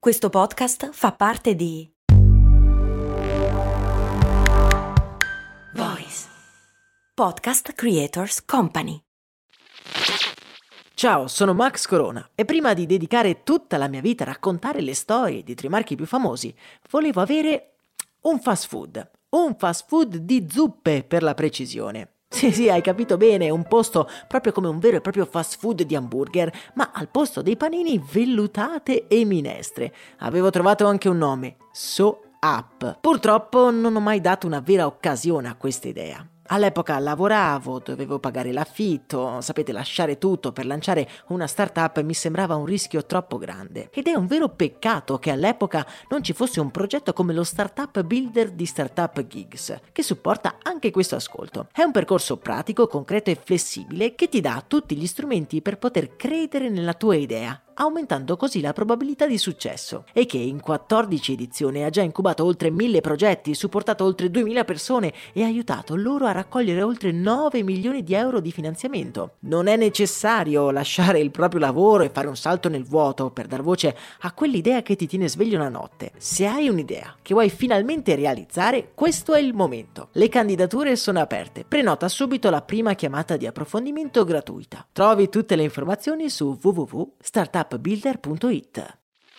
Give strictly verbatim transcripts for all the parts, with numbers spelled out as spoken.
Questo podcast fa parte di Voice Podcast Creators Company. Ciao, sono Max Corona e prima di dedicare tutta la mia vita a raccontare le storie di tre marchi più famosi, volevo avere un fast food, un fast food di zuppe per la precisione. Sì, sì, hai capito bene, un posto proprio come un vero e proprio fast food di hamburger, ma al posto dei panini vellutate e minestre. Avevo trovato anche un nome, So Up. Purtroppo non ho mai dato una vera occasione a questa idea. All'epoca lavoravo, dovevo pagare l'affitto, sapete, lasciare tutto per lanciare una startup mi sembrava un rischio troppo grande. Ed è un vero peccato che all'epoca non ci fosse un progetto come lo Startup Builder di Startup Gigs, che supporta anche questo ascolto. È un percorso pratico, concreto e flessibile che ti dà tutti gli strumenti per poter credere nella tua idea, aumentando così la probabilità di successo, e che in quattordici edizioni ha già incubato oltre mille progetti, supportato oltre duemila persone e aiutato loro a raccogliere oltre nove milioni di euro di finanziamento. Non è necessario lasciare il proprio lavoro e fare un salto nel vuoto per dar voce a quell'idea che ti tiene sveglio la notte. Se hai un'idea che vuoi finalmente realizzare, questo è il momento. Le candidature sono aperte. Prenota subito la prima chiamata di approfondimento gratuita. Trovi tutte le informazioni su w w w punto startup builder punto it.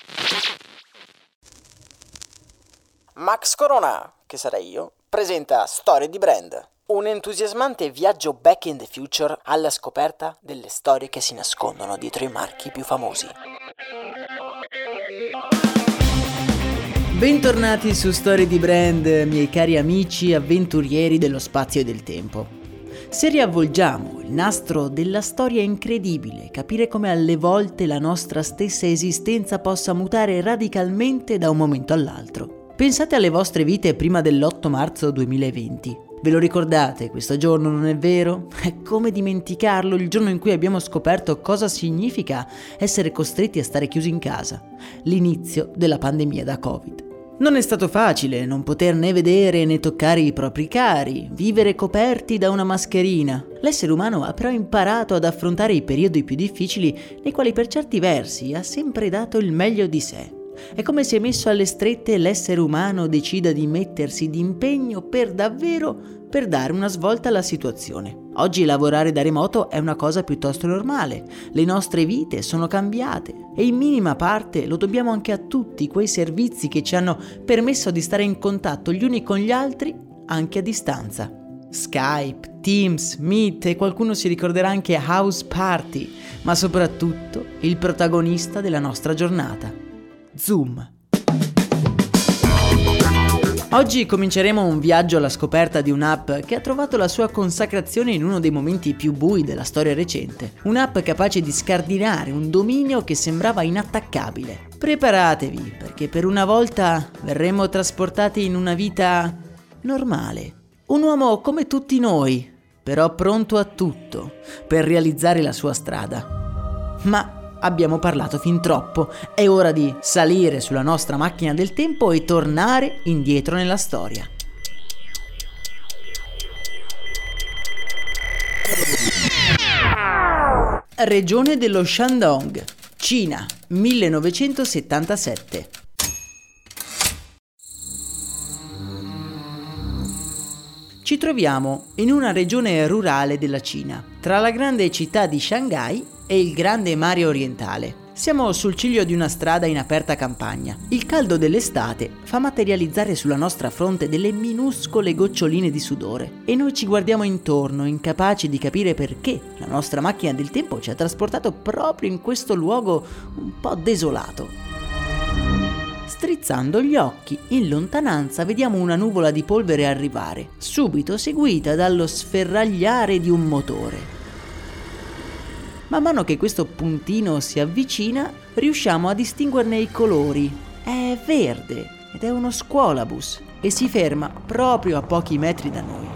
Max Corona, che sarei io, presenta Storie di Brand, un entusiasmante viaggio back in the future alla scoperta delle storie che si nascondono dietro i marchi più famosi. Bentornati su Storie di Brand, miei cari amici avventurieri dello spazio e del tempo. Se riavvolgiamo il nastro della storia è incredibile capire come alle volte la nostra stessa esistenza possa mutare radicalmente da un momento all'altro. Pensate alle vostre vite prima dell'otto marzo duemilaventi. Ve lo ricordate questo giorno, non è vero? È come dimenticarlo, il giorno in cui abbiamo scoperto cosa significa essere costretti a stare chiusi in casa. L'inizio della pandemia da Covid. Non è stato facile non poter né vedere né toccare i propri cari, vivere coperti da una mascherina. L'essere umano ha però imparato ad affrontare i periodi più difficili nei quali per certi versi ha sempre dato il meglio di sé. È come se messo alle strette l'essere umano decida di mettersi d'impegno per davvero per dare una svolta alla situazione. Oggi lavorare da remoto è una cosa piuttosto normale, le nostre vite sono cambiate e in minima parte lo dobbiamo anche a tutti quei servizi che ci hanno permesso di stare in contatto gli uni con gli altri anche a distanza. Skype, Teams, Meet e qualcuno si ricorderà anche House Party, ma soprattutto il protagonista della nostra giornata, Zoom. Oggi cominceremo un viaggio alla scoperta di un'app che ha trovato la sua consacrazione in uno dei momenti più bui della storia recente. Un'app capace di scardinare un dominio che sembrava inattaccabile. Preparatevi, perché per una volta verremo trasportati in una vita normale. Un uomo come tutti noi, però pronto a tutto per realizzare la sua strada. Ma abbiamo parlato fin troppo, è ora di salire sulla nostra macchina del tempo e tornare indietro nella storia. Regione dello Shandong, Cina, millenovecentosettantasette. Ci troviamo in una regione rurale della Cina, tra la grande città di Shanghai e il grande mare orientale. Siamo sul ciglio di una strada in aperta campagna. Il caldo dell'estate fa materializzare sulla nostra fronte delle minuscole goccioline di sudore e noi ci guardiamo intorno, incapaci di capire perché la nostra macchina del tempo ci ha trasportato proprio in questo luogo un po' desolato. Strizzando gli occhi, in lontananza vediamo una nuvola di polvere arrivare, subito seguita dallo sferragliare di un motore. Man mano che questo puntino si avvicina, riusciamo a distinguerne i colori. È verde ed è uno scuolabus e si ferma proprio a pochi metri da noi.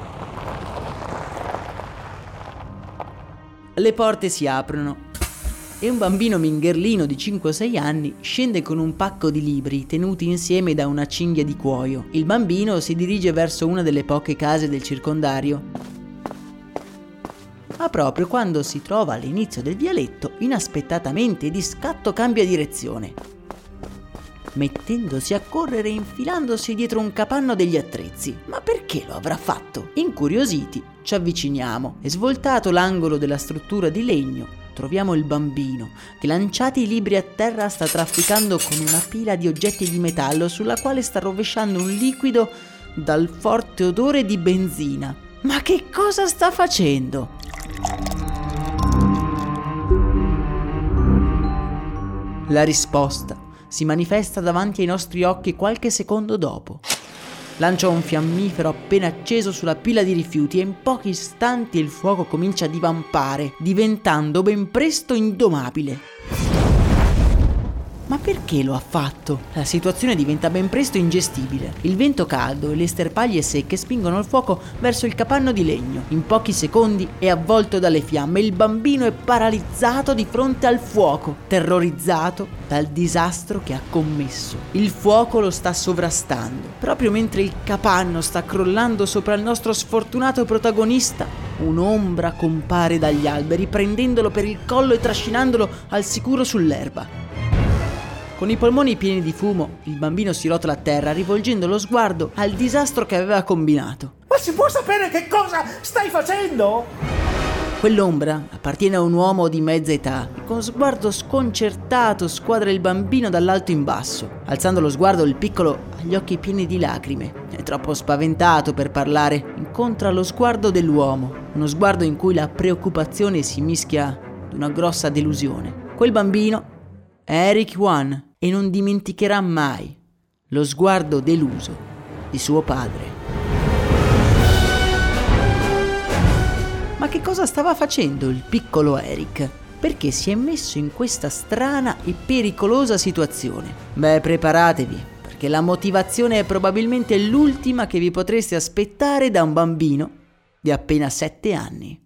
Le porte si aprono e un bambino mingherlino di cinque o sei anni scende con un pacco di libri tenuti insieme da una cinghia di cuoio. Il bambino si dirige verso una delle poche case del circondario. Ma proprio quando si trova all'inizio del vialetto, inaspettatamente di scatto cambia direzione. mettendosi a correre e infilandosi dietro un capanno degli attrezzi. Ma perché lo avrà fatto? Incuriositi, ci avviciniamo e svoltato l'angolo della struttura di legno, troviamo il bambino che, lanciati i libri a terra, sta trafficando con una pila di oggetti di metallo sulla quale sta rovesciando un liquido dal forte odore di benzina. Ma che cosa sta facendo? La risposta si manifesta davanti ai nostri occhi qualche secondo dopo. Lancia un fiammifero appena acceso sulla pila di rifiuti e in pochi istanti il fuoco comincia a divampare, diventando ben presto indomabile. Ma perché lo ha fatto? La situazione diventa ben presto ingestibile. Il vento caldo e le sterpaglie secche spingono il fuoco verso il capanno di legno. In pochi secondi è avvolto dalle fiamme e il bambino è paralizzato di fronte al fuoco, terrorizzato dal disastro che ha commesso. Il fuoco lo sta sovrastando. Proprio mentre il capanno sta crollando sopra il nostro sfortunato protagonista, un'ombra compare dagli alberi, prendendolo per il collo e trascinandolo al sicuro sull'erba. Con i polmoni pieni di fumo, il bambino si rotola a terra, rivolgendo lo sguardo al disastro che aveva combinato. Ma si può sapere che cosa stai facendo? Quell'ombra appartiene a un uomo di mezza età e con sguardo sconcertato squadra il bambino dall'alto in basso. Alzando lo sguardo, il piccolo ha gli occhi pieni di lacrime. È troppo spaventato per parlare. Incontra lo sguardo dell'uomo, uno sguardo in cui la preoccupazione si mischia ad una grossa delusione. Quel bambino è Eric Wan e non dimenticherà mai lo sguardo deluso di suo padre. Ma che cosa stava facendo il piccolo Eric? Perché si è messo in questa strana e pericolosa situazione? Beh, preparatevi, perché la motivazione è probabilmente l'ultima che vi potreste aspettare da un bambino di appena sette anni.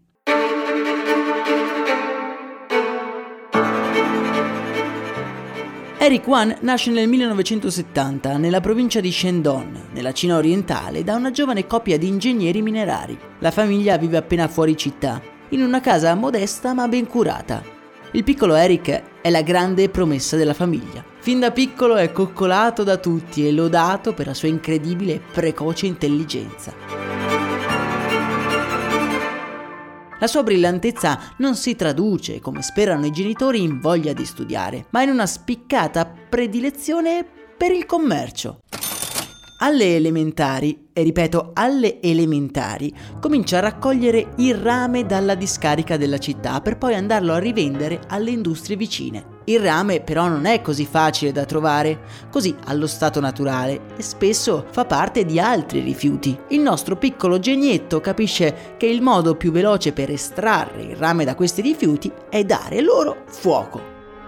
Eric Wan nasce nel millenovecentosettanta nella provincia di Shandong, nella Cina orientale, da una giovane coppia di ingegneri minerari. La famiglia vive appena fuori città, in una casa modesta ma ben curata. Il piccolo Eric è la grande promessa della famiglia. Fin da piccolo è coccolato da tutti e lodato per la sua incredibile e precoce intelligenza. La sua brillantezza non si traduce, come sperano i genitori, in voglia di studiare, ma in una spiccata predilezione per il commercio. Alle elementari, e ripeto alle elementari, comincia a raccogliere il rame dalla discarica della città per poi andarlo a rivendere alle industrie vicine. Il rame però non è così facile da trovare, così allo stato naturale, e spesso fa parte di altri rifiuti. Il nostro piccolo genietto capisce che il modo più veloce per estrarre il rame da questi rifiuti è dare loro fuoco.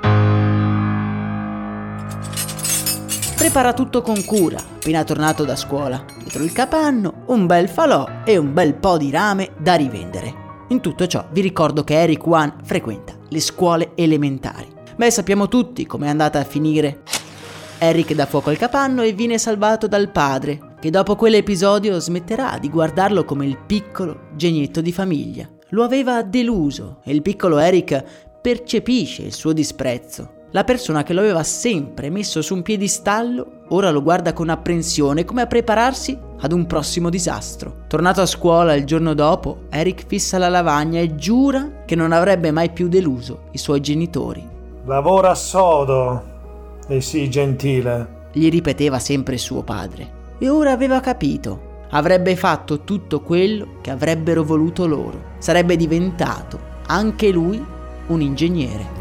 Prepara tutto con cura, appena tornato da scuola. Dietro il capanno, un bel falò e un bel po' di rame da rivendere. In tutto ciò vi ricordo che Eric Wan frequenta le scuole elementari. Beh, sappiamo tutti com'è andata a finire. Eric dà fuoco al capanno e viene salvato dal padre, che dopo quell'episodio smetterà di guardarlo come il piccolo genietto di famiglia. Lo aveva deluso e il piccolo Eric percepisce il suo disprezzo. La persona che lo aveva sempre messo su un piedistallo ora lo guarda con apprensione, come a prepararsi ad un prossimo disastro. Tornato a scuola il giorno dopo, Eric fissa la lavagna e giura che non avrebbe mai più deluso i suoi genitori. Lavora sodo e sii gentile, gli ripeteva sempre suo padre. E ora aveva capito. Avrebbe fatto tutto quello che avrebbero voluto loro. Sarebbe diventato anche lui un ingegnere.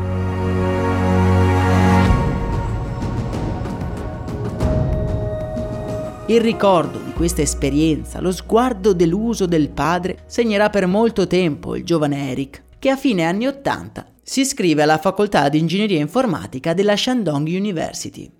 Il ricordo di questa esperienza, lo sguardo deluso del padre, segnerà per molto tempo il giovane Eric, che a fine anni ottanta si iscrive alla facoltà di ingegneria informatica della Shandong University.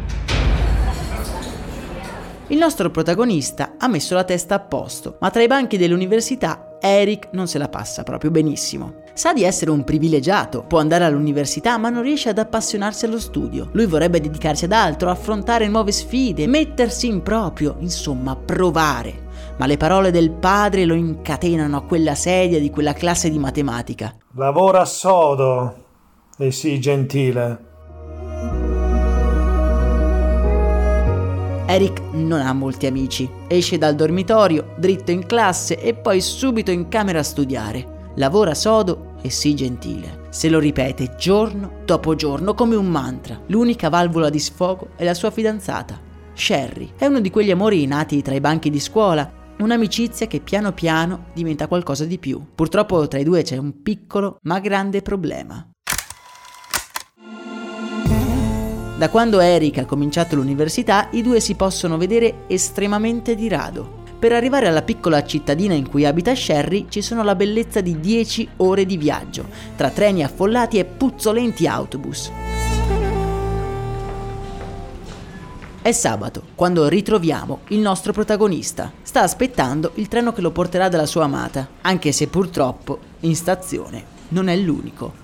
Il nostro protagonista ha messo la testa a posto, ma tra i banchi dell'università Eric non se la passa proprio benissimo. Sa di essere un privilegiato, può andare all'università ma non riesce ad appassionarsi allo studio. Lui vorrebbe dedicarsi ad altro, affrontare nuove sfide, mettersi in proprio, insomma provare. Ma le parole del padre lo incatenano a quella sedia di quella classe di matematica. Lavora sodo e sii gentile. Eric non ha molti amici. Esce dal dormitorio, dritto in classe e poi subito in camera a studiare. Lavora sodo e sii gentile. Se lo ripete giorno dopo giorno come un mantra. L'unica valvola di sfogo è la sua fidanzata, Sherry. È uno di quegli amori nati tra i banchi di scuola, un'amicizia che piano piano diventa qualcosa di più. Purtroppo tra i due c'è un piccolo ma grande problema. Da quando Eric ha cominciato l'università, i due si possono vedere estremamente di rado. Per arrivare alla piccola cittadina in cui abita Sherry ci sono la bellezza di dieci ore di viaggio, tra treni affollati e puzzolenti autobus. È sabato, quando ritroviamo il nostro protagonista. Sta aspettando il treno che lo porterà dalla sua amata, anche se purtroppo in stazione non è l'unico.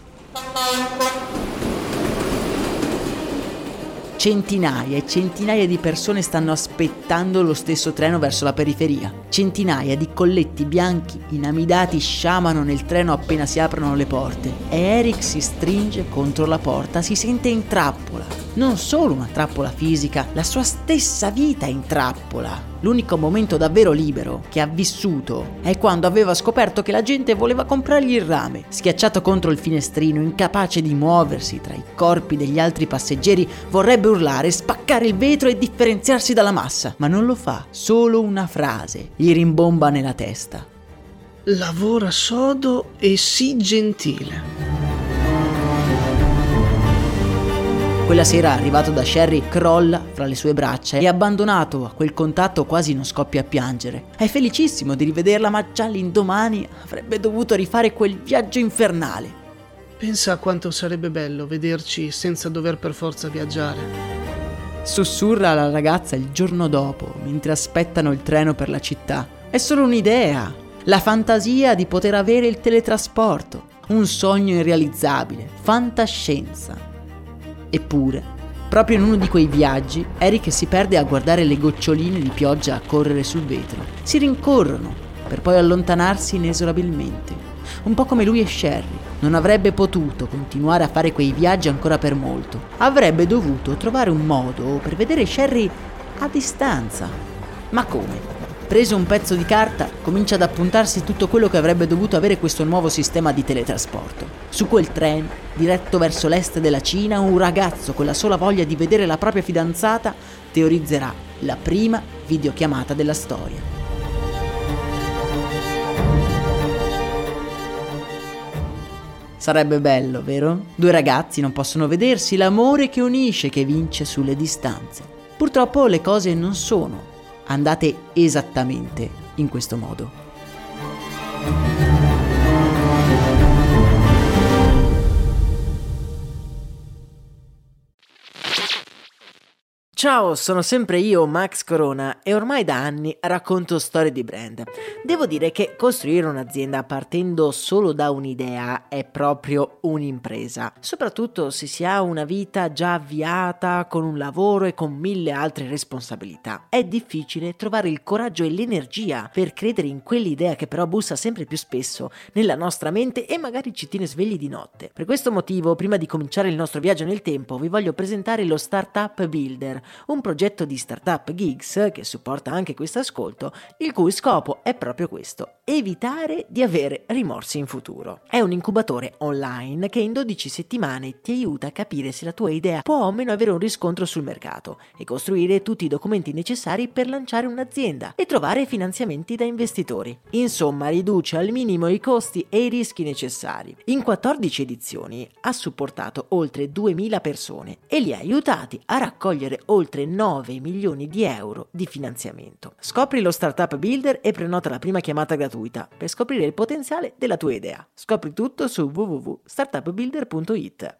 Centinaia e centinaia di persone stanno aspettando lo stesso treno verso la periferia. Centinaia di colletti bianchi inamidati sciamano nel treno appena si aprono le porte e Eric si stringe contro la porta, si sente in trappola. Non solo una trappola fisica, la sua stessa vita è in trappola. L'unico momento davvero libero che ha vissuto è quando aveva scoperto che la gente voleva comprargli il rame. Schiacciato contro il finestrino, incapace di muoversi tra i corpi degli altri passeggeri, vorrebbe urlare, spaccare il vetro e differenziarsi dalla massa, ma non lo fa. Solo una frase gli rimbomba nella testa: lavora sodo e sii gentile. Quella sera, arrivato da Sherry, crolla fra le sue braccia e, abbandonato a quel contatto, quasi non scoppia a piangere. È felicissimo di rivederla, ma già l'indomani avrebbe dovuto rifare quel viaggio infernale. Pensa a quanto sarebbe bello vederci senza dover per forza viaggiare. Sussurra alla ragazza il giorno dopo, mentre aspettano il treno per la città. È solo un'idea, la fantasia di poter avere il teletrasporto, un sogno irrealizzabile, fantascienza. Eppure, proprio in uno di quei viaggi, Eric si perde a guardare le goccioline di pioggia a correre sul vetro. Si rincorrono, per poi allontanarsi inesorabilmente. Un po' come lui e Sherry. Non avrebbe potuto continuare a fare quei viaggi ancora per molto. Avrebbe dovuto trovare un modo per vedere Sherry a distanza. Ma come? Preso un pezzo di carta, comincia ad appuntarsi tutto quello che avrebbe dovuto avere questo nuovo sistema di teletrasporto. Su quel treno, diretto verso l'est della Cina, un ragazzo con la sola voglia di vedere la propria fidanzata teorizzerà la prima videochiamata della storia. Sarebbe bello, vero? Due ragazzi non possono vedersi, l'amore che unisce, che vince sulle distanze. Purtroppo le cose non sono andate esattamente in questo modo. Ciao, sono sempre io, Max Corona, e ormai da anni racconto storie di brand. Devo dire che costruire un'azienda partendo solo da un'idea è proprio un'impresa, soprattutto se si ha una vita già avviata con un lavoro e con mille altre responsabilità. È difficile trovare il coraggio e l'energia per credere in quell'idea che però bussa sempre più spesso nella nostra mente e magari ci tiene svegli di notte. Per questo motivo, prima di cominciare il nostro viaggio nel tempo, vi voglio presentare lo Startup Builder, un progetto di Startup Geeks che supporta anche questo ascolto, il cui scopo è proprio questo: evitare di avere rimorsi in futuro. È un incubatore online che in dodici settimane ti aiuta a capire se la tua idea può o meno avere un riscontro sul mercato e costruire tutti i documenti necessari per lanciare un'azienda e trovare finanziamenti da investitori. Insomma, riduce al minimo i costi e i rischi necessari. In quattordici edizioni ha supportato oltre duemila persone e li ha aiutati a raccogliere oltre oltre nove milioni di euro di finanziamento. Scopri lo Startup Builder e prenota la prima chiamata gratuita per scoprire il potenziale della tua idea. Scopri tutto su w w w punto startup builder punto i t.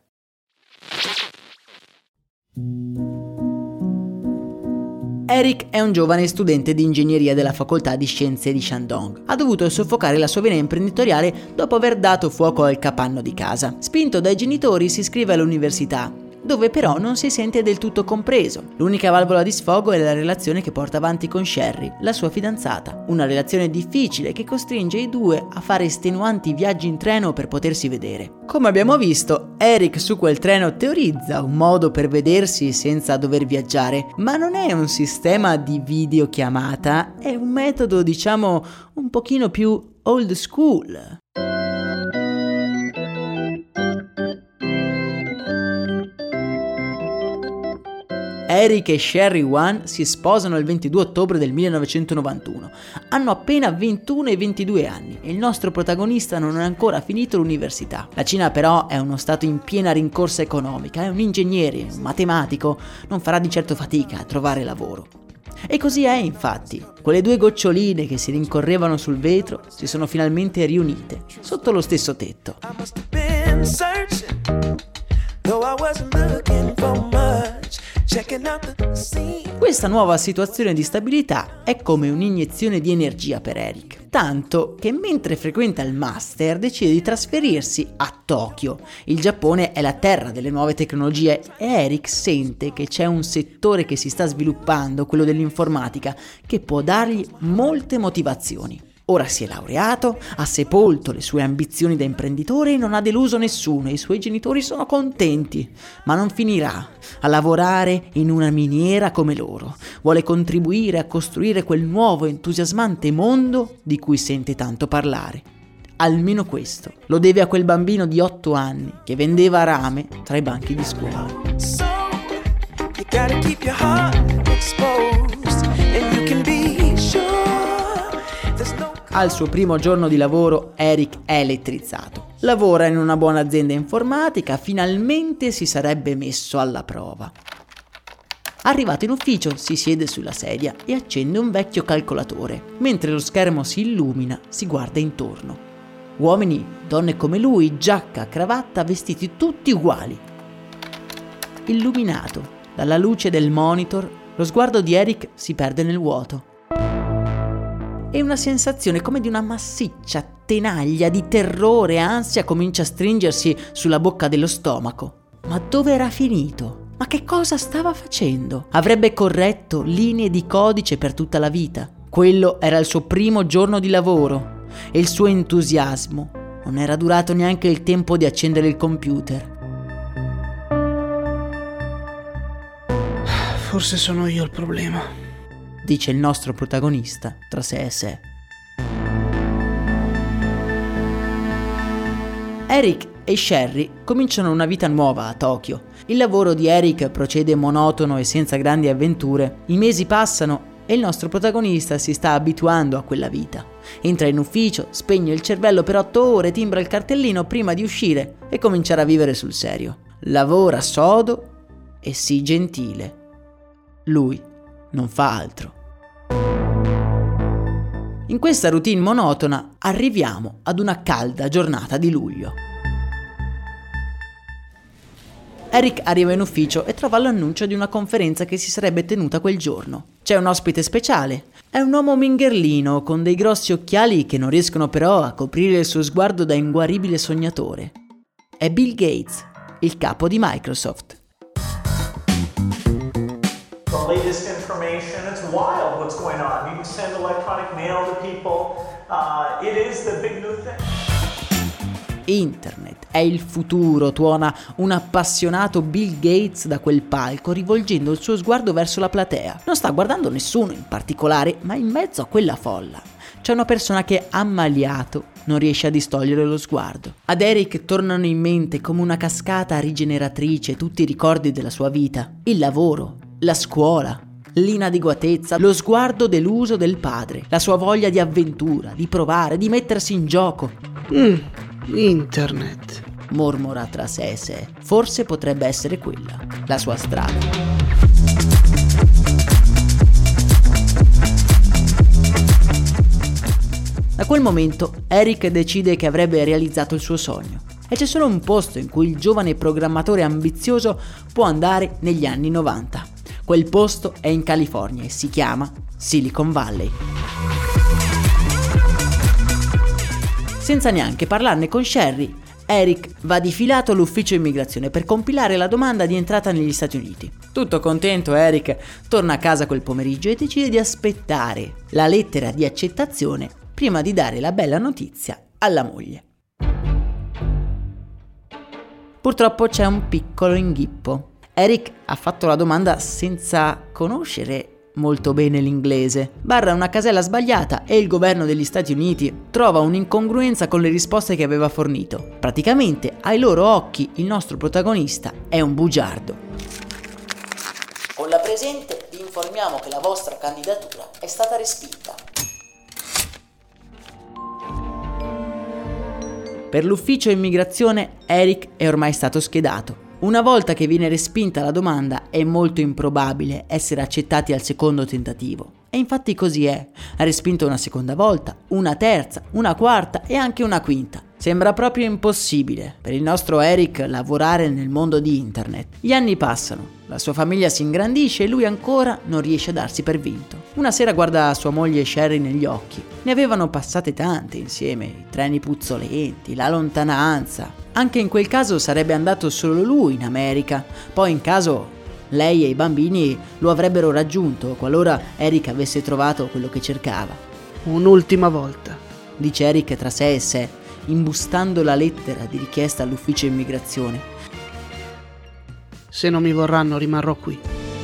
Eric è un giovane studente di ingegneria della facoltà di scienze di Shandong. Ha dovuto soffocare la sua vena imprenditoriale dopo aver dato fuoco al capanno di casa. Spinto dai genitori si iscrive all'università dove però non si sente del tutto compreso. L'unica valvola di sfogo è la relazione che porta avanti con Sherry, la sua fidanzata. Una relazione difficile che costringe i due a fare estenuanti viaggi in treno per potersi vedere. Come abbiamo visto, Eric su quel treno teorizza un modo per vedersi senza dover viaggiare, ma non è un sistema di videochiamata, è un metodo, diciamo, un pochino più old school. Eric e Sherry One si sposano il ventidue ottobre del millenovecentonovantuno. Hanno appena ventuno e ventidue anni e il nostro protagonista non ha ancora finito l'università. La Cina però è uno stato in piena rincorsa economica, è un ingegnere, un matematico, non farà di certo fatica a trovare lavoro. E così è, infatti. Quelle due goccioline che si rincorrevano sul vetro si sono finalmente riunite sotto lo stesso tetto. Questa nuova situazione di stabilità è come un'iniezione di energia per Eric, tanto che mentre frequenta il master decide di trasferirsi a Tokyo. Il Giappone è la terra delle nuove tecnologie e Eric sente che c'è un settore che si sta sviluppando, quello dell'informatica, che può dargli molte motivazioni. Ora si è laureato, ha sepolto le sue ambizioni da imprenditore e non ha deluso nessuno e i suoi genitori sono contenti. Ma non finirà a lavorare in una miniera come loro. Vuole contribuire a costruire quel nuovo entusiasmante mondo di cui sente tanto parlare. Almeno questo lo deve a quel bambino di otto anni che vendeva rame tra i banchi di scuola. So, you gotta keep your heart exposed and you can be sure. Al suo primo giorno di lavoro Eric è elettrizzato. Lavora in una buona azienda informatica, finalmente si sarebbe messo alla prova. Arrivato in ufficio si siede sulla sedia e accende un vecchio calcolatore. Mentre lo schermo si illumina, si guarda intorno. Uomini, donne come lui, giacca, cravatta, vestiti tutti uguali. Illuminato dalla luce del monitor, lo sguardo di Eric si perde nel vuoto. E una sensazione come di una massiccia tenaglia di terrore e ansia comincia a stringersi sulla bocca dello stomaco. Ma dove era finito? Ma che cosa stava facendo? Avrebbe corretto linee di codice per tutta la vita. Quello era il suo primo giorno di lavoro e il suo entusiasmo non era durato neanche il tempo di accendere il computer. Forse sono io il problema, dice il nostro protagonista tra sé e sé. Eric e Sherry cominciano una vita nuova a Tokyo. Il lavoro di Eric procede monotono e senza grandi avventure. I mesi passano e il nostro protagonista si sta abituando a quella vita. Entra in ufficio, spegne il cervello per otto ore, timbra il cartellino prima di uscire e cominciare a vivere sul serio. Lavora sodo e sii gentile. Lui non fa altro. In questa routine monotona arriviamo ad una calda giornata di luglio. Eric arriva in ufficio e trova l'annuncio di una conferenza che si sarebbe tenuta quel giorno. C'è un ospite speciale. È un uomo mingherlino con dei grossi occhiali che non riescono però a coprire il suo sguardo da inguaribile sognatore. È Bill Gates, il capo di Microsoft. The latest information, it's wild what's going on. You can send electronic mail to people. Uh, it is the big new thing. Internet è il futuro, tuona un appassionato Bill Gates da quel palco, rivolgendo il suo sguardo verso la platea. Non sta guardando nessuno in particolare, ma in mezzo a quella folla c'è una persona che, ammaliato, non riesce a distogliere lo sguardo. Ad Eric tornano in mente come una cascata rigeneratrice tutti i ricordi della sua vita. Il lavoro, la scuola, l'inadeguatezza, lo sguardo deluso del padre, la sua voglia di avventura, di provare, di mettersi in gioco. Mm, internet, mormora tra sé e sé. Forse potrebbe essere quella la sua strada. Da quel momento Eric decide che avrebbe realizzato il suo sogno. E c'è solo un posto in cui il giovane programmatore ambizioso può andare negli anni novanta. Quel posto è in California e si chiama Silicon Valley. Senza neanche parlarne con Sherry, Eric va difilato all'ufficio immigrazione per compilare la domanda di entrata negli Stati Uniti. Tutto contento, Eric torna a casa quel pomeriggio e decide di aspettare la lettera di accettazione prima di dare la bella notizia alla moglie. Purtroppo c'è un piccolo inghippo. Eric ha fatto la domanda senza conoscere molto bene l'inglese, barra una casella sbagliata e il governo degli Stati Uniti trova un'incongruenza con le risposte che aveva fornito. Praticamente, ai loro occhi, il nostro protagonista è un bugiardo. Con la presente vi informiamo che la vostra candidatura è stata respinta. Per l'ufficio immigrazione, Eric è ormai stato schedato. Una volta che viene respinta la domanda, è molto improbabile essere accettati al secondo tentativo. E infatti così è. Ha respinto una seconda volta, una terza, una quarta e anche una quinta. Sembra proprio impossibile per il nostro Eric lavorare nel mondo di internet. Gli anni passano, la sua famiglia si ingrandisce e lui ancora non riesce a darsi per vinto. Una sera guarda sua moglie Sherry negli occhi. Ne avevano passate tante insieme, i treni puzzolenti, la lontananza. Anche in quel caso sarebbe andato solo lui in America. Poi in caso lei e i bambini lo avrebbero raggiunto qualora Eric avesse trovato quello che cercava. Un'ultima volta, dice Eric tra sé e sé, imbustando la lettera di richiesta all'ufficio immigrazione. Se non mi vorranno rimarrò qui.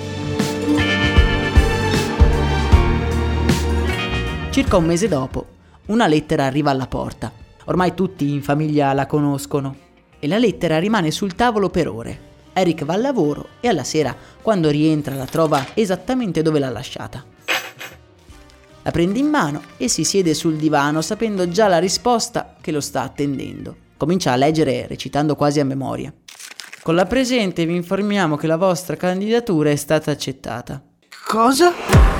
Circa un mese dopo, una lettera arriva alla porta. Ormai tutti in famiglia la conoscono e la lettera rimane sul tavolo per ore. Eric va al lavoro e alla sera, quando rientra, la trova esattamente dove l'ha lasciata. La prende in mano e si siede sul divano sapendo già la risposta che lo sta attendendo. Comincia a leggere recitando quasi a memoria. Con la presente vi informiamo che la vostra candidatura è stata accettata. Cosa?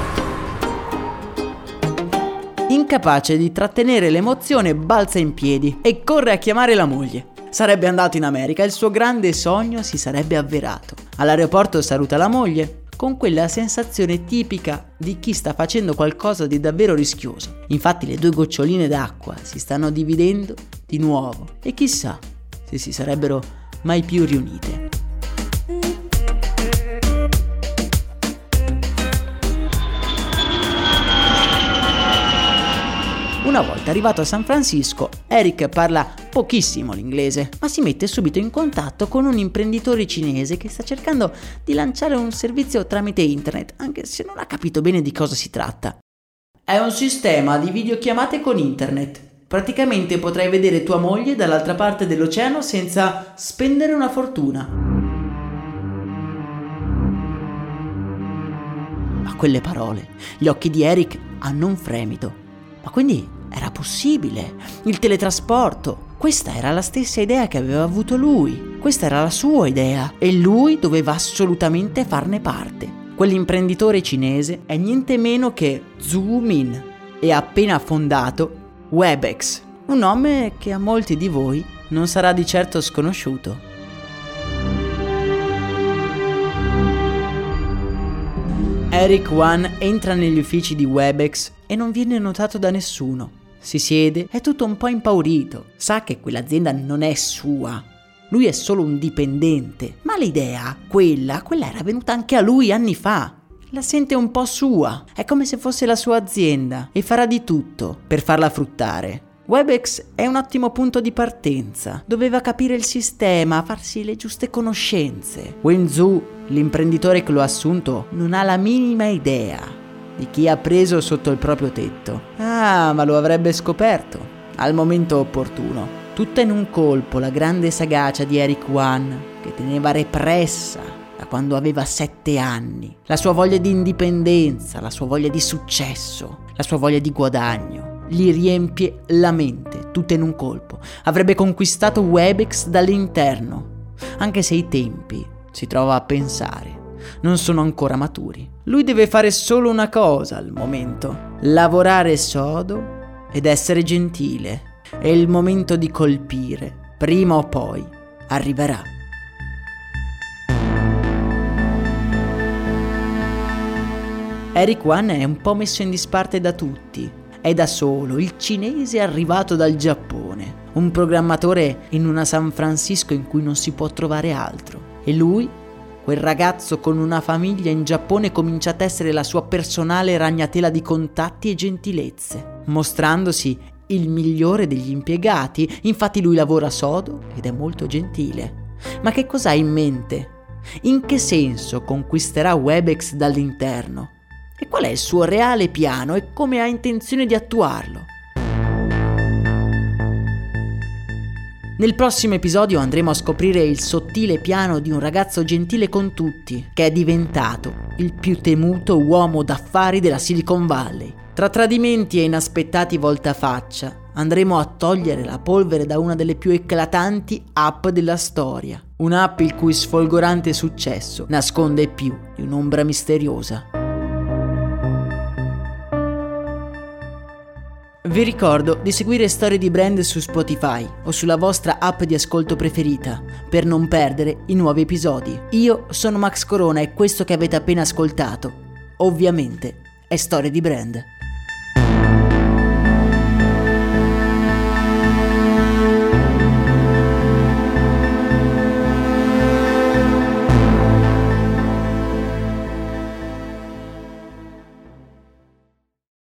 Incapace di trattenere l'emozione, balza in piedi e corre a chiamare la moglie. Sarebbe andato in America, il suo grande sogno si sarebbe avverato. All'aeroporto saluta la moglie con quella sensazione tipica di chi sta facendo qualcosa di davvero rischioso. Infatti le due goccioline d'acqua si stanno dividendo di nuovo e chissà se si sarebbero mai più riunite. Una volta arrivato a San Francisco, Eric parla pochissimo l'inglese, ma si mette subito in contatto con un imprenditore cinese che sta cercando di lanciare un servizio tramite internet, anche se non ha capito bene di cosa si tratta. È un sistema di videochiamate con internet. Praticamente potrai vedere tua moglie dall'altra parte dell'oceano senza spendere una fortuna. A quelle parole, gli occhi di Eric hanno un fremito. Ma quindi era possibile, il teletrasporto. Questa era la stessa idea che aveva avuto lui. Questa era la sua idea e lui doveva assolutamente farne parte. Quell'imprenditore cinese è niente meno che Zhu Min e ha appena fondato Webex, un nome che a molti di voi non sarà di certo sconosciuto. Eric Wan entra negli uffici di Webex e non viene notato da nessuno. Si siede, è tutto un po' impaurito. Sa che quell'azienda non è sua. Lui è solo un dipendente. Ma l'idea, quella, quella era venuta anche a lui anni fa. La sente un po' sua. È come se fosse la sua azienda e farà di tutto per farla fruttare. Webex è un ottimo punto di partenza. Doveva capire il sistema, farsi le giuste conoscenze. Wen Zhu, l'imprenditore che lo ha assunto, non ha la minima idea di chi ha preso sotto il proprio tetto. Ah, ma lo avrebbe scoperto al momento opportuno. Tutta in un colpo la grande sagacia di Eric Wan, che teneva repressa da quando aveva sette anni. La sua voglia di indipendenza, la sua voglia di successo, la sua voglia di guadagno. Gli riempie la mente, tutta in un colpo. Avrebbe conquistato Webex dall'interno, anche se i tempi, si trova a pensare, non sono ancora maturi. Lui deve fare solo una cosa al momento: lavorare sodo ed essere gentile. E il momento di colpire, prima o poi, arriverà. Eric Wan è un po' messo in disparte da tutti. È da solo, il cinese arrivato dal Giappone. un programmatore in una San Francisco in cui non si può trovare altro. E lui, quel ragazzo con una famiglia in Giappone, comincia ad essere la sua personale ragnatela di contatti e gentilezze, mostrandosi il migliore degli impiegati. Infatti lui lavora sodo ed è molto gentile. Ma che cosa ha in mente? In che senso conquisterà Webex dall'interno? E qual è il suo reale piano e come ha intenzione di attuarlo? Nel prossimo episodio andremo a scoprire il sottile piano di un ragazzo gentile con tutti, che è diventato il più temuto uomo d'affari della Silicon Valley. Tra tradimenti e inaspettati voltafaccia, andremo a togliere la polvere da una delle più eclatanti app della storia. Un'app il cui sfolgorante successo nasconde più di un'ombra misteriosa. Vi ricordo di seguire Storie di Brand su Spotify o sulla vostra app di ascolto preferita per non perdere i nuovi episodi. Io sono Max Corona e questo che avete appena ascoltato, ovviamente, è Storie di Brand.